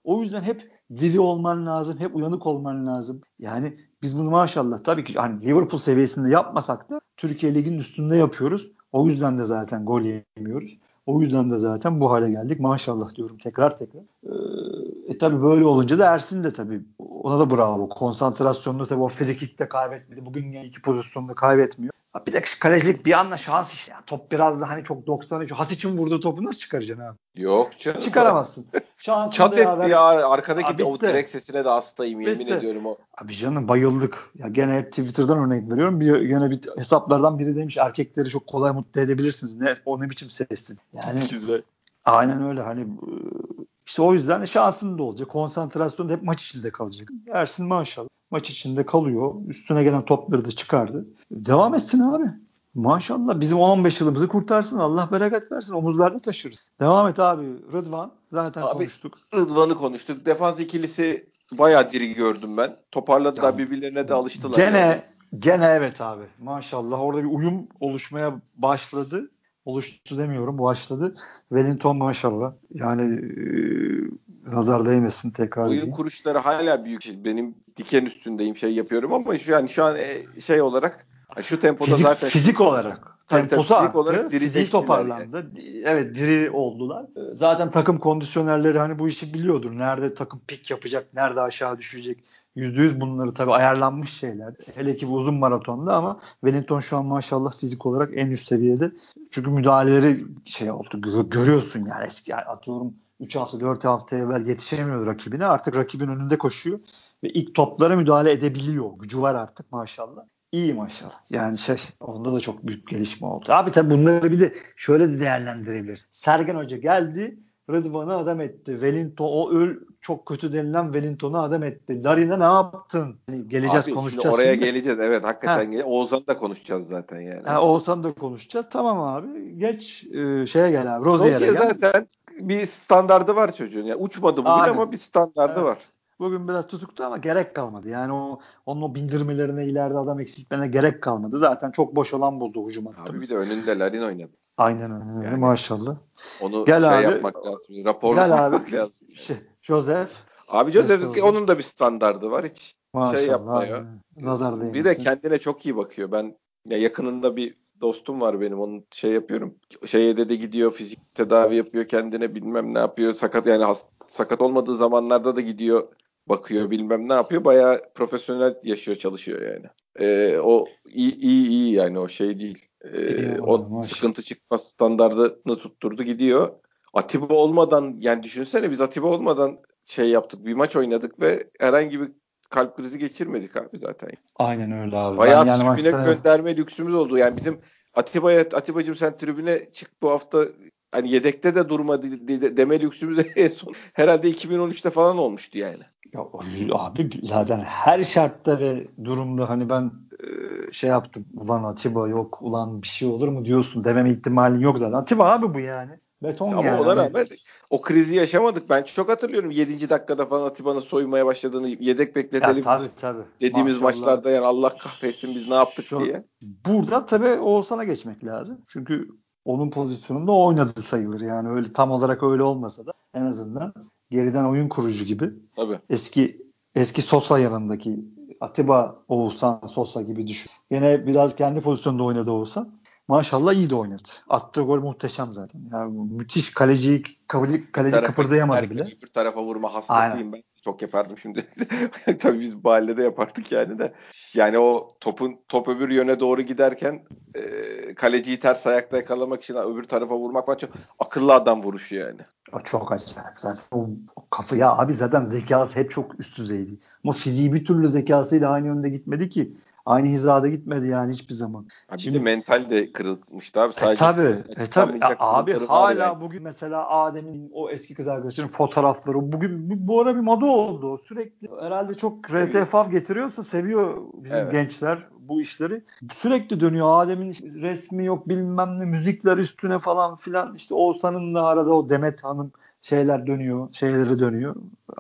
S3: O yüzden hep diri olman lazım, hep uyanık olman lazım. Yani biz bunu maşallah tabii ki hani Liverpool seviyesinde yapmasak da Türkiye Ligi'nin üstünde yapıyoruz. O yüzden de zaten gol yemiyoruz. O yüzden de zaten bu hale geldik. Maşallah diyorum tekrar tekrar. Ee, e tabii böyle olunca da Ersin de tabii ona da bravo. Konsantrasyonunu tabii o frikik de kaybetmedi. Bugün yani iki pozisyonda kaybetmiyor. Bir de kalecilik bir anda şans işte. Yani top biraz da hani çok doksan üç. Hasic'in vurduğu topu nasıl çıkaracaksın abi?
S2: Yok canım.
S3: Çıkaramazsın. Şansın da
S2: Çat etti
S3: yaver.
S2: ya. Arkadaki
S3: Aa,
S2: o
S3: bitti.
S2: direkt sesine de hastayım. Yemin
S3: Bitti.
S2: ediyorum o.
S3: Abi canım bayıldık. Ya gene hep Twitter'dan örnek veriyorum. Bir, gene bir hesaplardan biri demiş erkekleri çok kolay mutlu edebilirsiniz. Ne, o ne biçim sesti. Yani
S2: Güzel.
S3: aynen öyle. Hani işte o yüzden şansın da olacak. Konsantrasyon da hep maç içinde kalacak. Ersin maşallah maç içinde kalıyor. Üstüne gelen topları da çıkardı. Devam etsin abi. Maşallah bizim on on beş yılımızı kurtarsın. Allah bereket versin. Omuzlarda taşırız. Devam et abi. Rıdvan zaten
S2: Abi
S3: konuştuk.
S2: Rıdvan'ı konuştuk. Defans ikilisi bayağı diri gördüm ben. Toparladılar,
S3: Ya,
S2: birbirlerine de alıştılar
S3: gene
S2: yani.
S3: gene evet abi. Maşallah orada bir uyum oluşmaya başladı. Oluştu demiyorum. Başladı. Wellington maşallah. Yani e, nazar değmesin tekrar
S2: Oyun
S3: edeyim.
S2: kuruşları hala büyük. Şey. Benim diken üstündeyim, şey yapıyorum ama şu yani şu an e, şey olarak yani şu tempoda
S3: Fizik
S2: zaten şu,
S3: fizik olarak
S2: tabii tabii
S3: temposu
S2: fizik
S3: arttı.
S2: olarak
S3: Fiziği
S2: dirileştiler yani.
S3: toparlandı. Evet diri oldular. Zaten takım kondisyonerleri hani bu işi biliyordur. Nerede takım pik yapacak, nerede aşağı düşecek. Yüzde yüz bunları tabii ayarlanmış şeyler. Hele ki bu uzun maratonda ama Wellington şu an maşallah fizik olarak en üst seviyede. Çünkü müdahaleleri şey oldu. Gö- görüyorsun yani eski yani atıyorum üç hafta dört hafta evvel yetişemiyordu rakibine. Artık rakibin önünde koşuyor ve ilk toplara müdahale edebiliyor. Gücü var artık maşallah. İyi maşallah. Yani şey onda da çok büyük gelişme oldu. Abi tabii bunları bir de şöyle de değerlendirebiliriz. Sergen Hoca geldi. Rıdvan'ı adam etti. Wellington o öl çok kötü denilen Wellington'u adam etti. Larin'e ne yaptın? Yani geleceğiz
S2: Abi şimdi
S3: konuşacağız
S2: oraya
S3: şimdi.
S2: geleceğiz. Evet hakikaten
S3: Ha,
S2: gele- Oğuzhan'ı da konuşacağız zaten yani.
S3: ha, Oğuzhan da konuşacağız. Tamam abi. Geç e, şeye gel abi. Rozier'e
S2: Rozier
S3: gel.
S2: zaten bir standardı var çocuğun. Yani uçmadı bugün
S3: Abi.
S2: ama bir standardı
S3: Evet.
S2: var.
S3: Bugün biraz tutuktu ama gerek kalmadı. Yani o onun o bindirmelerine ileride adam eksiltmene gerek kalmadı. Zaten çok boş alan buldu hücum
S2: Abi bir
S3: hattımız.
S2: de önünde Larin oynadı.
S3: Aynen öyle öyle,
S2: Yani
S3: maşallah.
S2: onu şey
S3: Gel abi.
S2: yapmak lazım. Raporlu
S3: Gel abi.
S2: koymak lazım. Yani.
S3: Şey, Joseph.
S2: Abi
S3: Nasıl
S2: Joseph
S3: oldu?
S2: onun da bir standardı var. Hiç şey
S3: Maşallah
S2: yapmıyor.
S3: abi. Nazar
S2: Bir de
S3: değmesin.
S2: kendine çok iyi bakıyor. Ben ya yakınında bir dostum var benim. Onun şey yapıyorum. Şeye de de gidiyor. Fizik tedavi yapıyor kendine. Bilmem ne yapıyor. Sakat yani has, sakat olmadığı zamanlarda da gidiyor. Bakıyor bilmem ne yapıyor. Bayağı profesyonel yaşıyor çalışıyor yani. Ee, o iyi, iyi iyi yani o şey değil.
S3: İyi
S2: Ee,
S3: abi
S2: o
S3: maşallah.
S2: sıkıntı çıkmaz standardını tutturdu gidiyor. Atiba olmadan yani düşünsene biz Atiba olmadan şey yaptık. Bir maç oynadık ve herhangi bir kalp krizi geçirmedik abi zaten.
S3: Aynen öyle abi. Ben
S2: Bayağı
S3: yani
S2: tribüne
S3: maçta
S2: gönderme lüksümüz oldu. Yani bizim Atiba'ya Atiba'cığım sen tribüne çık bu hafta hani yedekte de durma de, de, deme lüksümüz en son herhalde iki bin on üçte falan olmuştu yani.
S3: ya, abi zaten her şartta ve durumda hani ben e, şey yaptım. Ulan Atiba yok. Ulan bir şey olur mu diyorsun. Dememe ihtimalin yok zaten. Atiba abi bu yani.
S2: İşte
S3: Beton
S2: ama
S3: yani.
S2: ona
S3: Hani
S2: rağmen o krizi yaşamadık. Ben çok hatırlıyorum yedinci dakikada falan Atiba'nın soymaya başladığını yedek
S3: ya
S2: bekletelim
S3: tabii tabii.
S2: dediğimiz
S3: Maşallah.
S2: maçlarda yani Allah kahretsin biz ne yaptık
S3: Şu,
S2: diye.
S3: burada tabii Oğuzhan'a geçmek lazım. Çünkü onun pozisyonunda o oynadı sayılır. Yani öyle tam olarak öyle olmasa da en azından geriden oyun kurucu gibi
S2: Tabii.
S3: eski eski Sosa yanındaki Atiba Oğuzhan Sosa gibi düşün. Yine biraz kendi pozisyonunda oynadı Oğuzhan. Maşallah iyi de oynadı. Attığı gol muhteşem zaten. Yani müthiş kaleci kaleci,
S2: Bir
S3: kaleci
S2: tarafa
S3: kıpırdayamadı
S2: giderken
S3: bile.
S2: öbür tarafa vurma
S3: Aynen.
S2: hastasıyım ben. Çok yapardım şimdi. Tabii biz mahallede yapardık yani de. Yani o topun top öbür yöne doğru giderken e, kaleciyi ters ayakta yakalamak için öbür tarafa vurmak var. Çok akıllı adam vuruşu yani.
S3: O çok acayip. Zaten o, o kafa ya abi zaten zekası hep çok üst düzeydi. Ama fiziği bir türlü zekasıyla aynı yönde gitmedi ki. Aynı hizada gitmedi yani hiçbir zaman.
S2: Ha bir de
S3: Şimdi
S2: mental de kırılmıştı abi.
S3: e
S2: Sadece
S3: tabi
S2: fizik
S3: e tabi ya
S2: açıklanmayacak
S3: abi
S2: kırılları var yani.
S3: hala bugün mesela Adem'in o eski kız arkadaşının fotoğrafları bugün bu, bu ara bir moda oldu. Sürekli herhalde çok R T
S2: Seviyor.
S3: F A geçiriyorsa seviyor bizim
S2: Evet.
S3: gençler bu işleri. Sürekli dönüyor Adem'in resmi yok bilmem ne müzikler üstüne falan filan işte Oğuzhan'ın da arada o Demet Hanım şeyler dönüyor, şeyleri dönüyor.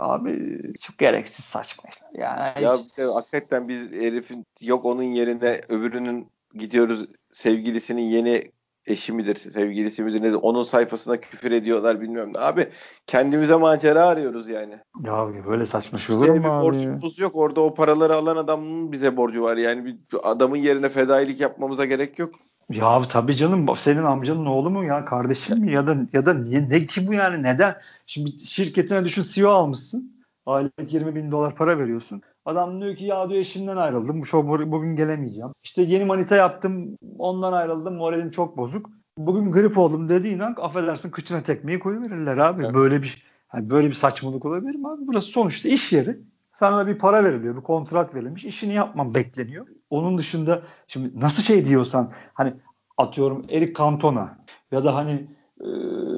S3: Abi çok gereksiz saçma işler. Yani
S2: Ya
S3: hiç
S2: bir de hakikaten biz herifin yok onun yerine öbürünün gidiyoruz sevgilisinin yeni eşi midir, sevgilisi midir nedir? Onun sayfasına küfür ediyorlar bilmem ne. Abi kendimize macera arıyoruz yani.
S3: Ya böyle saçma şey olur
S2: Kimseye
S3: mu
S2: bir
S3: abi?
S2: borcumuz yok. Orada o paraları alan adamın bize borcu var. Yani bir adamın yerine fedailik yapmamıza gerek yok.
S3: Ya tabii canım, senin amcanın oğlu mu ya, kardeşin mi, ya da ya da niye, ne ki bu yani, neden? Şimdi şirketine düşün, C E O almışsın. Aylık yirmi bin dolar para veriyorsun. Adam diyor ki ya diyor eşimden ayrıldım. Şu bugün gelemeyeceğim. İşte yeni manita yaptım. Ondan ayrıldım. Moralim çok bozuk. Bugün grip oldum dediğin an affedersin kıçına tekmeyi koyuverirler abi.
S2: Evet.
S3: Böyle bir hani böyle bir saçmalık olabilir mi abi? Burası sonuçta iş yeri. Sana da bir para veriliyor. Bir kontrat verilmiş. İşini yapman bekleniyor. Onun dışında şimdi nasıl şey diyorsan hani atıyorum Eric Cantona ya da hani e,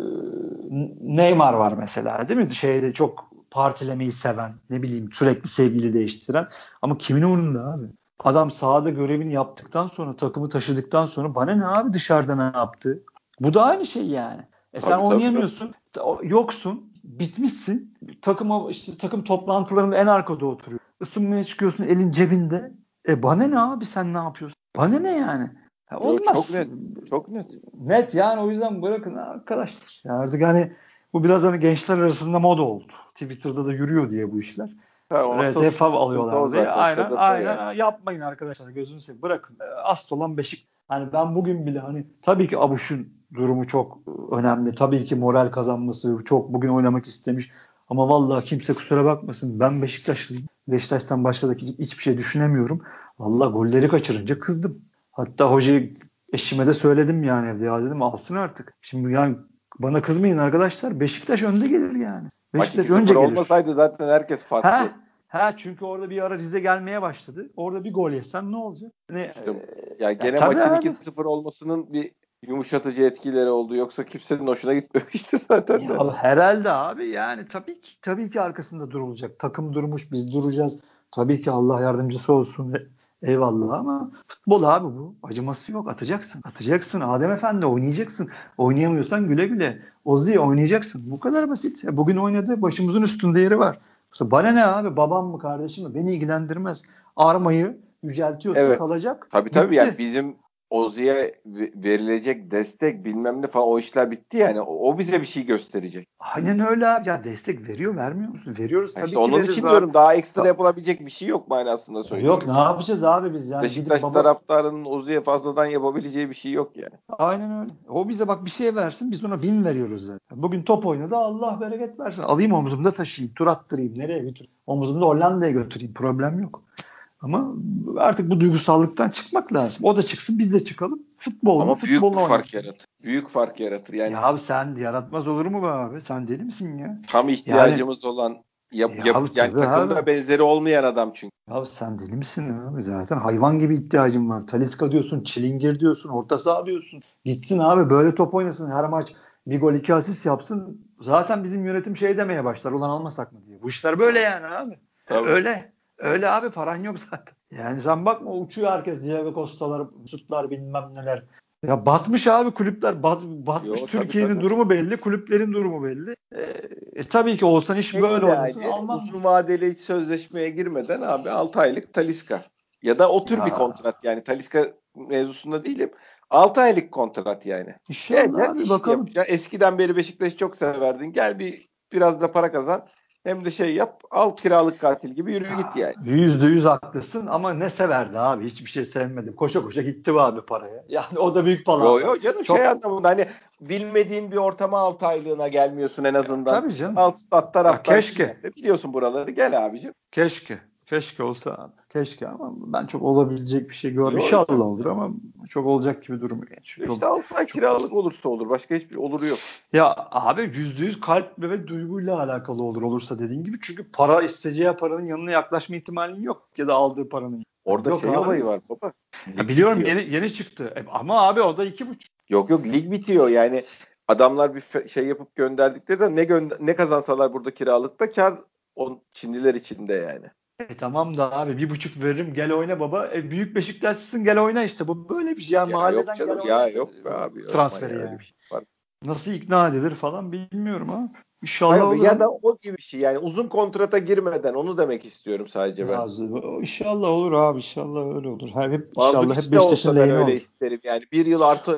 S3: Neymar var mesela, değil mi? Şeyde çok partilemeyi seven, ne bileyim sürekli sevgili değiştiren, ama kimin umurunda abi? Adam sahada görevini yaptıktan sonra, takımı taşıdıktan sonra bana ne abi dışarıda ne yaptı? Bu da aynı şey yani. E sen
S2: Tabii tabii.
S3: oynayamıyorsun, yoksun, bitmişsin. Takıma işte takım toplantılarında en arkada oturuyor. Isınmaya çıkıyorsun, elin cebinde. E bana ne abi, sen ne yapıyorsun? Bana ne yani? Ha,
S2: Yo, çok
S3: olmaz.
S2: net. Çok net.
S3: Net yani, o yüzden bırakın arkadaşlar. Ya artık hani bu biraz hani gençler arasında moda oldu. Twitter'da da yürüyor diye bu işler.
S2: Ha, o
S3: R T F
S2: asıl sıkıntı o
S3: alıyorlar diye.
S2: zaten.
S3: Aynen
S2: Sebep o yani.
S3: aynen, yapmayın arkadaşlar, gözünü seveyim. Bırakın. E, Asıl olan Beşik. Hani ben bugün bile hani tabii ki Abuş'un durumu çok önemli. Tabii ki moral kazanması çok, bugün oynamak istemiş. Ama vallahi kimse kusura bakmasın. Ben Beşiktaşlıyım. Beşiktaş'tan başka da hiçbir şey düşünemiyorum. Vallahi golleri kaçırınca kızdım. Hatta hocayı, eşime de söyledim yani evde, ya dedim alsın artık. Şimdi yani bana kızmayın arkadaşlar. Beşiktaş önde gelir yani.
S2: Maç
S3: Beşiktaş
S2: iki
S3: önce
S2: sıfır
S3: gelir.
S2: olmasaydı zaten herkes
S3: Ha,
S2: farklı.
S3: ha, çünkü orada bir ara Rize gelmeye başladı. Orada bir gol yesen ne olacak? Ne,
S2: İşte
S3: e,
S2: ya
S3: ya
S2: gene
S3: tabii
S2: maçın iki
S3: abi.
S2: sıfır olmasının bir yumuşatıcı etkileri oldu. Yoksa kimsenin hoşuna gitmemişti zaten de.
S3: Ya herhalde abi, yani tabii ki tabii ki arkasında durulacak. Takım durmuş, biz duracağız. Tabii ki Allah yardımcısı olsun. E- Eyvallah, ama futbol abi bu. Acıması yok. Atacaksın. Atacaksın. Adem Efendi oynayacaksın. Oynayamıyorsan güle güle. Ozi oynayacaksın. Bu kadar basit. E, Bugün oynadı. Başımızın üstünde yeri var. İşte bana ne abi? Babam mı, kardeşim mi? Beni ilgilendirmez. Armayı yüceltiyorsa
S2: Evet.
S3: kalacak.
S2: Tabii tabii yani
S3: Bitti.
S2: bizim Ozi'ye ve- verilecek destek bilmem ne falan o işler bitti yani. O, o bize bir şey gösterecek.
S3: Aynen öyle abi. Ya destek veriyor, vermiyor musun? Veriyoruz
S2: Ha İşte
S3: tabii ki,
S2: onun
S3: veririz
S2: için
S3: abi.
S2: diyorum daha ekstra
S3: Ta-
S2: yapılabilecek bir şey yok manasında
S3: Yok,
S2: söylüyorum.
S3: ne yapacağız abi biz, yani gidip
S2: Beşiktaş
S3: baba,
S2: taraftarının Ozi'ye fazladan yapabileceği bir şey yok yani.
S3: aynen öyle. O bize bak bir şey versin, biz ona bin veriyoruz zaten. Bugün top oynadı, Allah bereket versin. Alayım omzumda taşıyayım, tur attırayım, nereye götüreyim. Omzumda Hollanda'ya götüreyim, problem yok. Ama artık bu duygusallıktan çıkmak lazım. O da çıksın, biz de çıkalım. Futbolunu
S2: Ama büyük bir
S3: futbolunu
S2: fark
S3: oynasın.
S2: yaratır. Büyük fark yaratır.
S3: Ya
S2: Yani
S3: abi sen yaratmaz olur mu be abi? Sen deli misin ya?
S2: tam
S3: Yani
S2: ihtiyacımız olan yap,
S3: ya
S2: yap,
S3: abi
S2: yani
S3: tabii
S2: takımda
S3: abi.
S2: benzeri olmayan adam çünkü.
S3: Ya sen deli misin abi? Zaten hayvan gibi ihtiyacım var. Talisca diyorsun, Çilingir diyorsun, orta saha diyorsun. Gitsin abi, böyle top oynasın her maç. Bir gol iki asist yapsın. Zaten bizim yönetim şey demeye başlar. Ulan almasak mı diye. Bu işler böyle yani abi. E,
S2: Tabii.
S3: öyle. Öyle abi, paran yok zaten. Yani sen bakma, uçuyor herkes. Diego Costa'lar, Mesutlar, bilmem neler. Ya batmış abi kulüpler. Bat, batmış.
S2: Yo tabii
S3: Türkiye'nin
S2: tabii.
S3: durumu belli. Kulüplerin durumu belli. E, e, tabii ki Oğuzhan iş
S2: Şey
S3: böyle
S2: de
S3: oynasın.
S2: aynı
S3: Almam mı?
S2: uzun vadeli hiç sözleşmeye girmeden abi altı aylık Talisca. Ya da o tür bir
S3: Ya
S2: kontrat yani Talisca mevzusunda değilim. altı aylık kontrat yani.
S3: inşallah
S2: Geleceksin
S3: abi,
S2: işini
S3: bakalım.
S2: yapacaksın. Eskiden beri Beşiktaş'ı çok severdin. Gel bir biraz da para kazan. Hem de şey yap. Al kiralık katil gibi yürü git
S3: Ya,
S2: yani.
S3: yüzde yüz haklısın ama ne severdi abi? Hiçbir şey sevmedim. Koşa koşa gitti bu abi paraya. Yani o da büyük
S2: Yo
S3: palavra.
S2: yo canım şey
S3: Çok,
S2: anlamında hani bilmediğin bir ortama altı aylığına gelmiyorsun en
S3: ya,
S2: azından.
S3: tabii canım.
S2: Al stat
S3: Ya
S2: taraftar bilmem
S3: keşke.
S2: ne. Biliyorsun buraları gel abicim.
S3: Keşke. Keşke olsa abi. Keşke, ama ben çok olabilecek bir şey görmüyorum.
S2: Yo
S3: İnşallah
S2: canım.
S3: olur ama çok olacak gibi durmuyor. Yani.
S2: İşte
S3: Çok,
S2: altı ay
S3: çok.
S2: kiralık olursa olur. Başka hiçbir oluru yok.
S3: Ya abi yüzde yüz kalp ve duyguyla alakalı olur, olursa dediğin gibi. Çünkü para, isteyeceği paranın yanına yaklaşma ihtimalin yok. Ya da aldığı paranın. Yani
S2: Orada
S3: yok
S2: şey
S3: abi.
S2: olayı var baba.
S3: Ya
S2: Lig
S3: biliyorum,
S2: bitiyor.
S3: yeni yeni çıktı. E, ama abi o da iki buçuk.
S2: Yok yok lig bitiyor. Yani adamlar bir fe- şey yapıp gönderdikleri de ne gönder ne kazansalar burada kiralıkta kar on şimdiler içinde yani.
S3: E tamam da abi, bir buçuk veririm, gel oyna baba. E, büyük Beşiktaşlısın, gel oyna işte. Bu böyle bir şey. Yani
S2: Ya yok
S3: mahalleden gel
S2: canım
S3: oyna
S2: ya
S3: e,
S2: yok be abi yapma ya
S3: transferi
S2: öyle bir
S3: yani.
S2: şey var.
S3: Nasıl ikna edilir falan bilmiyorum ama inşallah
S2: Hayır,
S3: olur
S2: ya
S3: ama.
S2: da o gibi bir şey yani uzun kontrata girmeden onu demek istiyorum sadece
S3: Ya,
S2: ben.
S3: inşallah olur abi, inşallah öyle olur. Her, hep inşallah hep
S2: Mandzukic de
S3: Beşiktaş'ın
S2: olsa ben
S3: lehine
S2: öyle
S3: olur.
S2: isterim yani. Bir yıl artı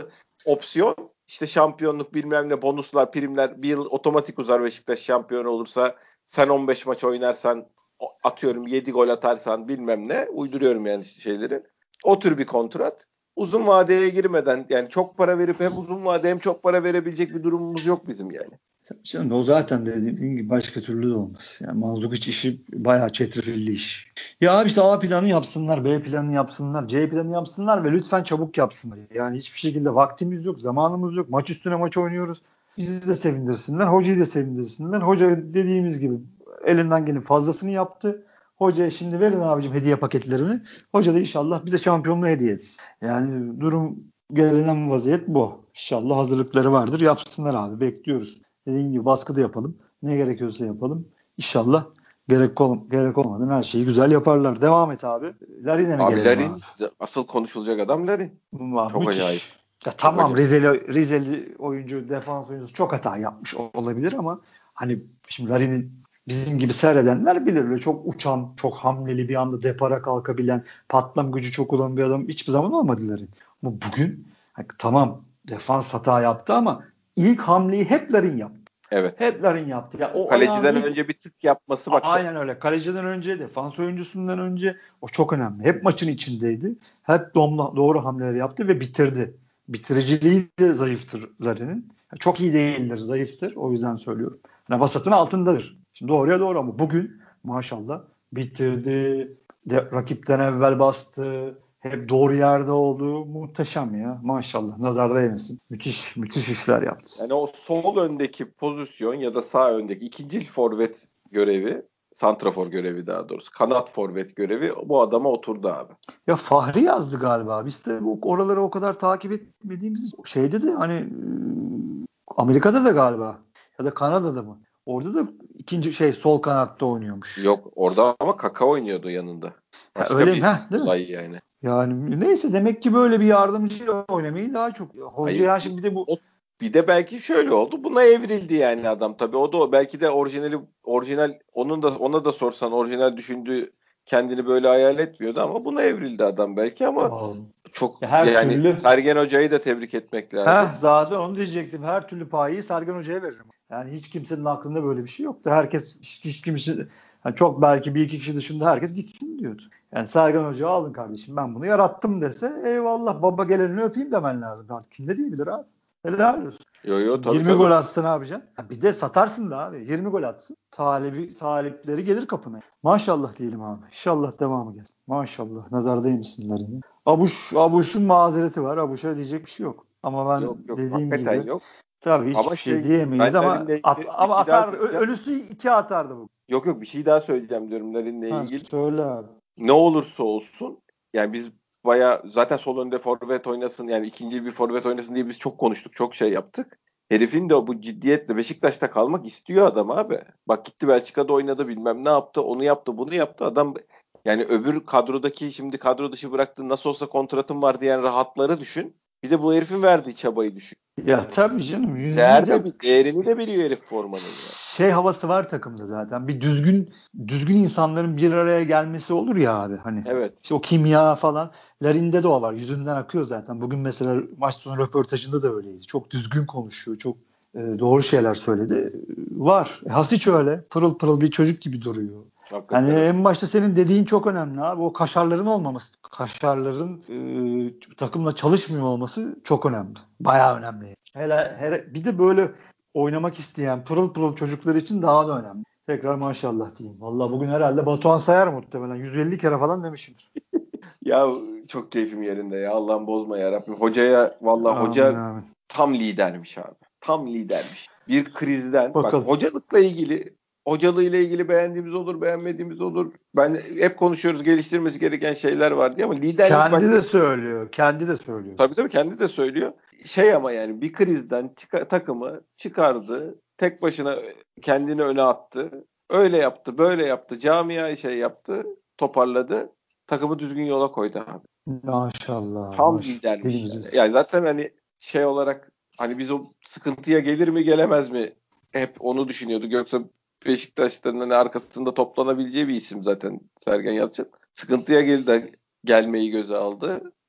S2: opsiyon. İşte şampiyonluk bilmem ne bonuslar, primler bir yıl otomatik uzar Beşiktaş şampiyon olursa. Sen on beş maç oynarsan atıyorum yedi gol atarsan bilmem ne. Uyduruyorum yani şeyleri. O tür bir kontrat. Uzun vadeye girmeden yani çok para verip hem uzun vade hem çok para verebilecek bir durumumuz yok bizim yani.
S3: Canım, o zaten dediğim gibi başka türlü de olmaz. Yani Manzukic işi bayağı çetrefilli iş. Ya abi işte A planı yapsınlar, B planı yapsınlar, C planı yapsınlar ve lütfen çabuk yapsınlar. Yani hiçbir şekilde vaktimiz yok, zamanımız yok. Maç üstüne maç oynuyoruz. Bizi de sevindirsinler, hocayı da sevindirsinler. Hoca dediğimiz gibi elinden gelen fazlasını yaptı. Hocaya şimdi verin abicim hediye paketlerini. Hoca da inşallah bize şampiyonluğu hediye etsin. Yani durum gelinen vaziyet bu. İnşallah hazırlıkları vardır. Yapsınlar abi. Bekliyoruz. Dediğim gibi baskı da yapalım. Ne gerekiyorsa yapalım. İnşallah gerek, ol, gerek olmadan her şeyi güzel yaparlar. Devam et abi. Larin'e mi
S2: Abi
S3: gelelim
S2: Larin,
S3: abi?
S2: asıl konuşulacak adam Larin.
S3: Vallahi
S2: Çok acayip.
S3: müthiş. Ya
S2: Çok
S3: tamam,
S2: acayip.
S3: Rizeli, Rizeli oyuncu, defans oyuncusu çok hata yapmış olabilir ama hani şimdi Larin'i bizim gibi seyredenler bilir. Öyle çok uçan, çok hamleli, bir anda depara kalkabilen, patlam gücü çok olan bir adam hiçbir zaman olmadı Larin. Ama bugün hani tamam defans hata yaptı ama ilk hamleyi hep Larin yaptı.
S2: Evet.
S3: Hep Larin yaptı. Ya o ayağını
S2: Kaleciden
S3: ilk
S2: önce bir tık yapması bak.
S3: aynen öyle. Kaleciden önce, defans oyuncusundan önce o çok önemli. Hep maçın içindeydi. Hep doğru, doğru hamleleri yaptı ve bitirdi. Bitiriciliği de zayıftır Larin'in. Çok iyi değildir, zayıftır. O yüzden söylüyorum. Yani vasatın altındadır. Şimdi doğruya doğru ama bugün maşallah bitirdi. De, rakipten evvel bastı. Hep doğru yerde oldu. Muhteşem ya. Maşallah. Nazar değmesin. Müthiş, müthiş işler yaptı.
S2: Yani o sol öndeki pozisyon ya da sağ öndeki ikinci forvet görevi, santrafor görevi daha doğrusu, kanat forvet görevi bu adama oturdu abi.
S3: Ya Fahri yazdı galiba. Biz de bu oraları o kadar takip etmediğimiz için şeyde de hani e, Amerika'da da galiba ya da Kanada'da mı? Orada da ikinci şey sol kanatta oynuyormuş.
S2: Yok orada ama Kaka oynuyordu yanında.
S3: Ha,
S2: Başka
S3: öyle mi?
S2: bir
S3: Ha, değil mi?
S2: olay yani.
S3: Yani neyse demek ki böyle bir yardımcıyla oynamayı daha çok. Hoca
S2: Hayır.
S3: ya şimdi bir de bu
S2: O, bir de belki şöyle oldu. Buna evrildi yani adam. Tabii o da o. Belki de orijinali orijinal onun da ona da sorsan orijinal düşündüğü kendini böyle hayal etmiyordu ama buna evrildi adam belki ama
S3: Vallahi.
S2: çok
S3: Ya her
S2: yani
S3: türlü
S2: Sergen Hoca'yı da tebrik etmek
S3: ha
S2: lazım.
S3: zaten onu diyecektim. Her türlü payı Sergen Hoca'ya veririm. Yani hiç kimsenin aklında böyle bir şey yoktu. Herkes hiç, hiç kimse yani çok belki bir iki kişi dışında herkes gitsin diyordu. Yani Sergen Hoca'yı alın kardeşim ben bunu yarattım dese eyvallah baba gelenini öpeyim demen lazım. Artık kim de diyebilir abi. Helal olsun.
S2: Yo yo
S3: Şimdi
S2: tabii
S3: yirmi gol
S2: tabii.
S3: atsın abi can. Ha bir de satarsın da abi. yirmi gol atsın. Talibi, talipleri gelir kapına. Maşallah diyelim abi. İnşallah devamı gelsin. Maşallah. Nazar değmesinler yine. Abuş, Abuş'un mazereti var. Abuş'a diyecek bir şey yok. Ama ben
S2: Yok yok
S3: dediğim
S2: hakikaten
S3: gibi
S2: yok.
S3: tabii
S2: Ama
S3: hiçbir şey
S2: şey
S3: diyemeyiz
S2: ben
S3: ama
S2: Larin'le
S3: at,
S2: ilgili bir
S3: ama
S2: şey daha
S3: atar. Ö-
S2: söyleyeceğim.
S3: ölüsü iki atardı bu.
S2: Yok yok bir şey daha söyleyeceğim diyorum Larin'le
S3: Ha,
S2: ilgili.
S3: söyle abi.
S2: Ne olursa olsun yani biz bayağı zaten sol önde forvet oynasın yani ikinci bir forvet oynasın diye biz çok konuştuk. Çok şey yaptık. Herifin de bu ciddiyetle Beşiktaş'ta kalmak istiyor adam abi. Bak gitti Belçika'da oynadı bilmem ne yaptı. Onu yaptı bunu yaptı. Adam yani öbür kadrodaki şimdi kadro dışı bıraktı nasıl olsa kontratım var diyen rahatları düşün. Bir de bu herifin verdiği çabayı düşün.
S3: Ya tabii canım yüzde yüz
S2: Değer de,
S3: yap.
S2: değerini de biliyor herif formanın ya.
S3: Şey havası var takımda zaten. Bir düzgün düzgün insanların bir araya gelmesi olur ya abi. Hani
S2: Evet.
S3: işte o kimya falan. Larin'de de o var. Yüzünden akıyor zaten. Bugün mesela maç sonu röportajında da öyleydi. Çok düzgün konuşuyor. Çok e, doğru şeyler söyledi. Var. E, Hasic öyle. Pırıl pırıl bir çocuk gibi duruyor. Hani
S2: Hakikaten öyle.
S3: en başta senin dediğin çok önemli abi. O kaşarların olmaması. Kaşarların e, takımla çalışmıyor olması çok önemli. Bayağı önemli. Hele, hele bir de böyle oynamak isteyen pırıl pırıl çocuklar için daha da önemli. Tekrar maşallah diyeyim. Vallahi bugün herhalde Batuhan sayar muhtemelen. yüz elli kere falan demişimdir.
S2: Ya çok keyfim yerinde ya. Allah'ım bozma ya Rabbim. Hocaya vallahi
S3: Amin
S2: hoca
S3: amin.
S2: tam lidermiş abi. Tam lidermiş. Bir krizden bak
S3: Bakalım.
S2: hocalıkla ilgili hocalığıyla ilgili beğendiğimiz olur, beğenmediğimiz olur. Ben hep konuşuyoruz geliştirmesi gereken şeyler var diye ama liderlik
S3: Kendi
S2: başka.
S3: de söylüyor. Kendi de söylüyor.
S2: Tabii tabii kendi de söylüyor. Şey ama yani bir krizden çıka- takımı çıkardı. Tek başına kendini öne attı. Öyle yaptı, böyle yaptı. Camiayı şey yaptı, toparladı. Takımı düzgün yola koydu abi.
S3: Maşallah.
S2: Tam
S3: Maş.
S2: lidermiş yani.
S3: Dilimizi.
S2: Yani zaten hani şey olarak hani biz o sıkıntıya gelir mi gelemez mi hep onu düşünüyorduk. Yoksa Beşiktaşların hani arkasında toplanabileceği bir isim zaten Sergen Yalçın. Sıkıntıya geldi gelmeyi göze aldı.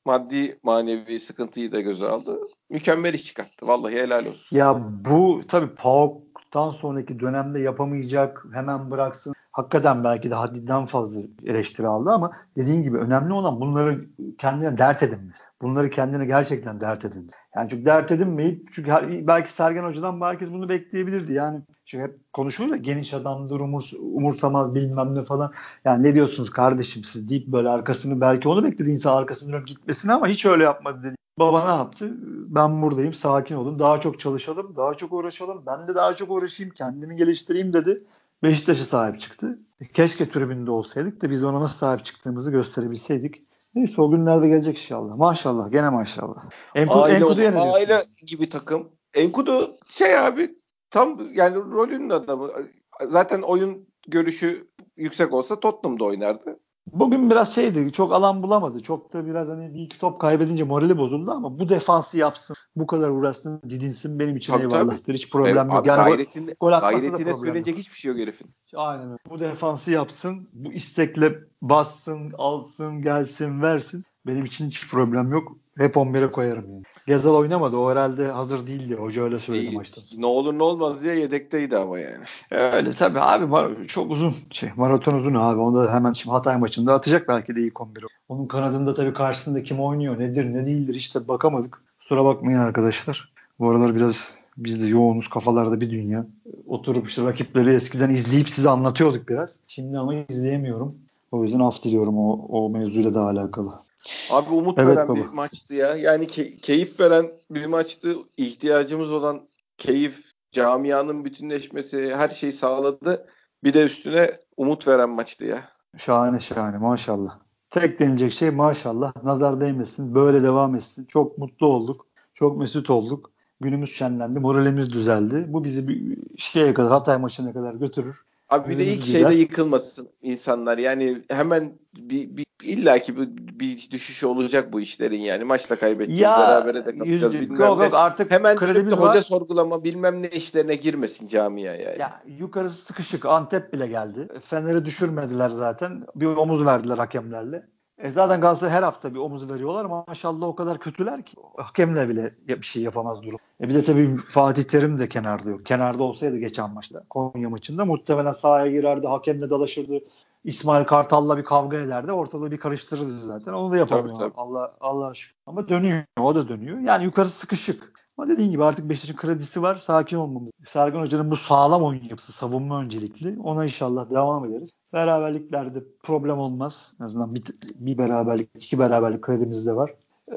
S2: maddi manevi sıkıntıyı da göze aldı. Mükemmel iş çıkarttı. Vallahi helal olsun.
S3: Ya bu tabii PAOK'tan sonraki dönemde yapamayacak, hemen bıraksın. Hakikaten belki de haddinden fazla eleştiri aldı ama dediğin gibi önemli olan bunları kendine dert edinmesi. Bunları kendine gerçekten dert edindi. Yani çünkü dert edinmeyip çünkü her- belki Sergen Hoca'dan herkes bunu bekleyebilirdi. Yani çünkü hep konuşulur ya geniş adamdır, umurs umursamaz bilmem ne falan. Yani ne diyorsunuz kardeşim siz deyip böyle arkasını belki onu bekledi insan arkasını dönüp gitmesini ama hiç öyle yapmadı dedi. Baba ne yaptı? Ben buradayım, sakin olun. Daha çok çalışalım, daha çok uğraşalım. Ben de daha çok uğraşayım, kendimi geliştireyim dedi. Beşiktaş'a sahip çıktı. Keşke tribünde olsaydık da biz ona nasıl sahip çıktığımızı gösterebilseydik. Neyse o günlerde gelecek inşallah. Maşallah, gene maşallah. Enkudu,
S2: Aile
S3: Enkudu'ya ne diyorsun?
S2: aile gibi takım. Enkudu şey abi tam yani rolünün adamı. Zaten oyun görüşü yüksek olsa Tottenham'da oynardı.
S3: Bugün biraz şeydi, çok alan bulamadı. Çok da biraz hani bir iki top kaybedince morali bozuldu ama bu defansı yapsın, bu kadar uğraşsın, didinsin benim için
S2: Tabii tabii.
S3: eyvallahdır. Hiç
S2: Evet,
S3: problem yok.
S2: abi
S3: Yani gol,
S2: gayretinde,
S3: gol atmasa da
S2: gayretine
S3: problem
S2: söylenecek
S3: yok.
S2: hiçbir şey yok herifin.
S3: Aynen öyle. Bu defansı yapsın, bu istekle bassın, alsın, gelsin, versin. Benim için hiç problem yok. Hep on bire koyarım yani. Gezal oynamadı. O herhalde hazır değildi. Hoca öyle söyledi
S2: İyi,
S3: maçtan sonra.
S2: ne olur ne olmaz diye yedekteydi ama yani.
S3: Öyle tabii abi mar- çok uzun şey maraton uzun abi. Onu da hemen şimdi Hatay maçında atacak belki de ilk on biri. Onun kanadında tabii karşısında kim oynuyor nedir ne değildir hiç de bakamadık. Kusura bakmayın arkadaşlar. Bu aralar biraz biz de yoğunuz kafalarda bir dünya. Oturup işte rakipleri eskiden izleyip size anlatıyorduk biraz. Şimdi ama izleyemiyorum. O yüzden af diliyorum o, o mevzuyla da alakalı.
S2: Abi umut
S3: Evet
S2: veren
S3: baba.
S2: bir maçtı ya. Yani ke- keyif veren bir maçtı. İhtiyacımız olan keyif, camianın bütünleşmesi, her şeyi sağladı. Bir de üstüne umut veren maçtı ya.
S3: Şahane şahane maşallah. Tek denilecek şey maşallah. Nazar değmesin. Böyle devam etsin. Çok mutlu olduk. Çok mesut olduk. Günümüz şenlendi. Moralimiz düzeldi. Bu bizi bir şeye kadar Hatay maçına kadar götürür.
S2: Abi bir de ilk
S3: Yüzümüzü
S2: şeyde
S3: güler.
S2: yıkılmasın insanlar. Yani hemen bir, bir illaki bir, bir düşüş olacak bu işlerin yani. Maçla kaybedeceğiz,
S3: Ya
S2: berabere de kalacağız
S3: yüzde yok
S2: bilmem
S3: yok
S2: ne.
S3: artık
S2: Hemen dönüp de
S3: kredimiz
S2: hoca
S3: var.
S2: sorgulama bilmem ne işlerine girmesin camia yani.
S3: Ya yukarısı sıkışık. Antep bile geldi. Fener'i düşürmediler zaten. Bir omuz verdiler hakemlerle. E zaten Galatasaray her hafta bir omuz veriyorlar ama maşallah o kadar kötüler ki hakemle bile bir şey yapamaz durum. E bir de tabii Fatih Terim de kenarda yok. Kenarda olsaydı geçen maçta Konya maçında muhtemelen sahaya girerdi, hakemle dalaşırdı. İsmail Kartal'la bir kavga ederdi. Ortalığı bir karıştırırdı zaten. Onu da
S2: Tabii
S3: yapamıyor.
S2: tabii.
S3: Allah Allah şükür. Ama dönüyor. O da dönüyor. Yani yukarısı sıkışık. Ama dediğin gibi artık Beşiktaş'ın kredisi var. Sakin olmamız. Sergen Hoca'nın bu sağlam oyun yapısı, savunma öncelikli. Ona inşallah devam ederiz. Beraberliklerde problem olmaz. En azından bir, bir beraberlik, iki beraberlik kredimiz de var. Ee,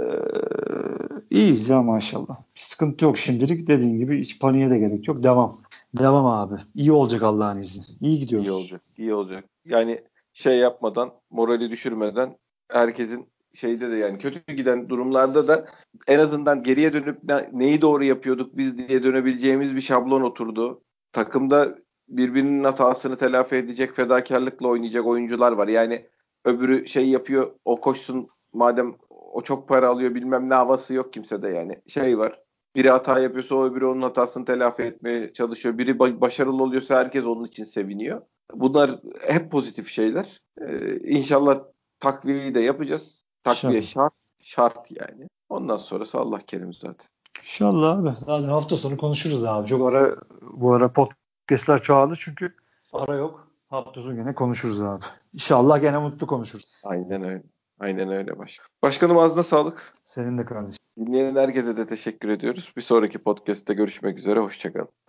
S3: iyiyiz ya maşallah. Bir sıkıntı yok şimdilik. Dediğin gibi hiç paniğe de gerek yok. Devam. Devam abi. İyi olacak Allah'ın izniyle. İyi
S2: İyi
S3: gidiyoruz.
S2: olacak. İyi olacak. Yani şey yapmadan, morali düşürmeden herkesin şeyde de yani kötü giden durumlarda da en azından geriye dönüp ne- neyi doğru yapıyorduk biz diye dönebileceğimiz bir şablon oturdu. Takımda birbirinin hatasını telafi edecek fedakarlıkla oynayacak oyuncular var. Yani öbürü şey yapıyor, o koşsun madem o çok para alıyor bilmem ne havası yok kimsede yani. Şey var. Biri hata yapıyorsa o öbürü onun hatasını telafi etmeye çalışıyor. Biri ba- başarılı oluyorsa herkes onun için seviniyor. Bunlar hep pozitif şeyler. Ee, İnşallah takviyeyi de yapacağız. Takviye
S3: İnşallah.
S2: şart. Şart yani. Ondan sonrası Allah kerim zaten.
S3: İnşallah abi. Zaten hafta sonu konuşuruz abi. Çok ara bu ara podcastler çoğaldı çünkü ara yok. Hafta sonu gene konuşuruz abi. İnşallah gene mutlu konuşuruz.
S2: Aynen öyle. Aynen öyle başkanım. Başkanım ağzına sağlık.
S3: Senin de kardeşim.
S2: Dinleyen herkese de teşekkür ediyoruz. Bir sonraki podcast'te görüşmek üzere. Hoşçakalın.